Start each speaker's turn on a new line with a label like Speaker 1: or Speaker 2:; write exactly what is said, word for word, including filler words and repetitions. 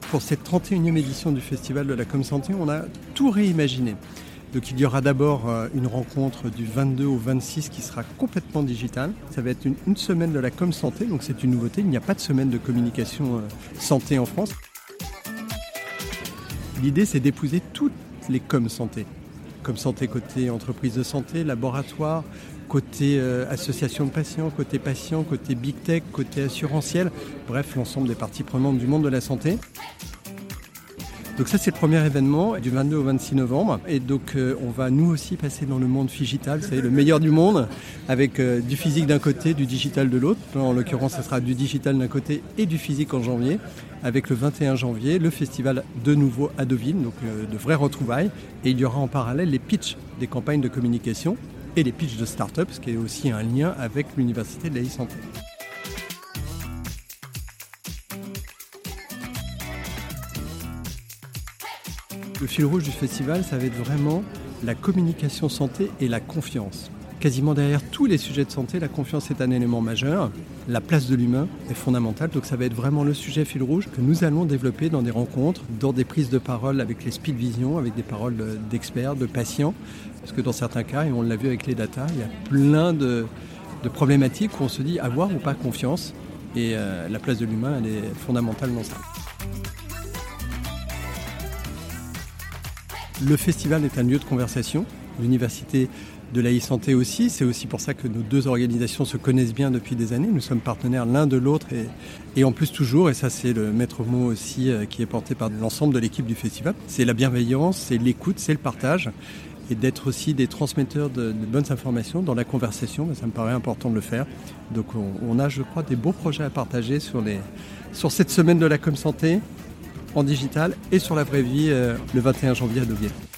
Speaker 1: Pour cette trente et unième édition du Festival de la Com Santé, on a tout réimaginé. Donc il y aura d'abord une rencontre du vingt-deux au vingt-six qui sera complètement digitale. Ça va être une, une semaine de la Com Santé, donc c'est une nouveauté. Il n'y a pas de semaine de communication euh, santé en France. L'idée, c'est d'épouser toutes les Com Santé. Com Santé côté entreprise de santé, laboratoire, côté euh, association de patients, côté patients, côté big tech, côté assurantiel. Bref, l'ensemble des parties prenantes du monde de la santé. Donc ça, c'est le premier événement du vingt-deux au vingt-six novembre. Et donc, euh, on va nous aussi passer dans le monde digital, c'est le meilleur du monde, avec euh, du physique d'un côté, du digital de l'autre. En l'occurrence, ça sera du digital d'un côté et du physique en janvier. Avec le vingt et un janvier, le festival de nouveau à Deauville, donc euh, de vraies retrouvailles. Et il y aura en parallèle les pitchs des campagnes de communication et les pitchs de start-up, ce qui est aussi un lien avec l'Université de la e-santé. Le fil rouge du festival, ça va être vraiment la communication santé et la confiance. Quasiment derrière tous les sujets de santé, la confiance est un élément majeur. La place de l'humain est fondamentale, donc ça va être vraiment le sujet fil rouge que nous allons développer dans des rencontres, dans des prises de parole avec les Speed Vision, avec des paroles d'experts, de patients. Parce que dans certains cas, et on l'a vu avec les data, il y a plein de, de problématiques où on se dit avoir ou pas confiance. Et euh, la place de l'humain, elle est fondamentale dans ça. Le festival est un lieu de conversation. L'Université de la e-santé aussi. C'est aussi pour ça que nos deux organisations se connaissent bien depuis des années. Nous sommes partenaires l'un de l'autre et, et en plus toujours, et ça c'est le maître mot aussi euh, qui est porté par l'ensemble de l'équipe du festival, c'est la bienveillance, c'est l'écoute, c'est le partage et d'être aussi des transmetteurs de, de bonnes informations dans la conversation. Ça me paraît important de le faire. Donc on, on a, je crois, des beaux projets à partager sur, les, sur cette semaine de la Com Santé, en digital et sur la vraie vie euh, le vingt et un janvier à Deauville.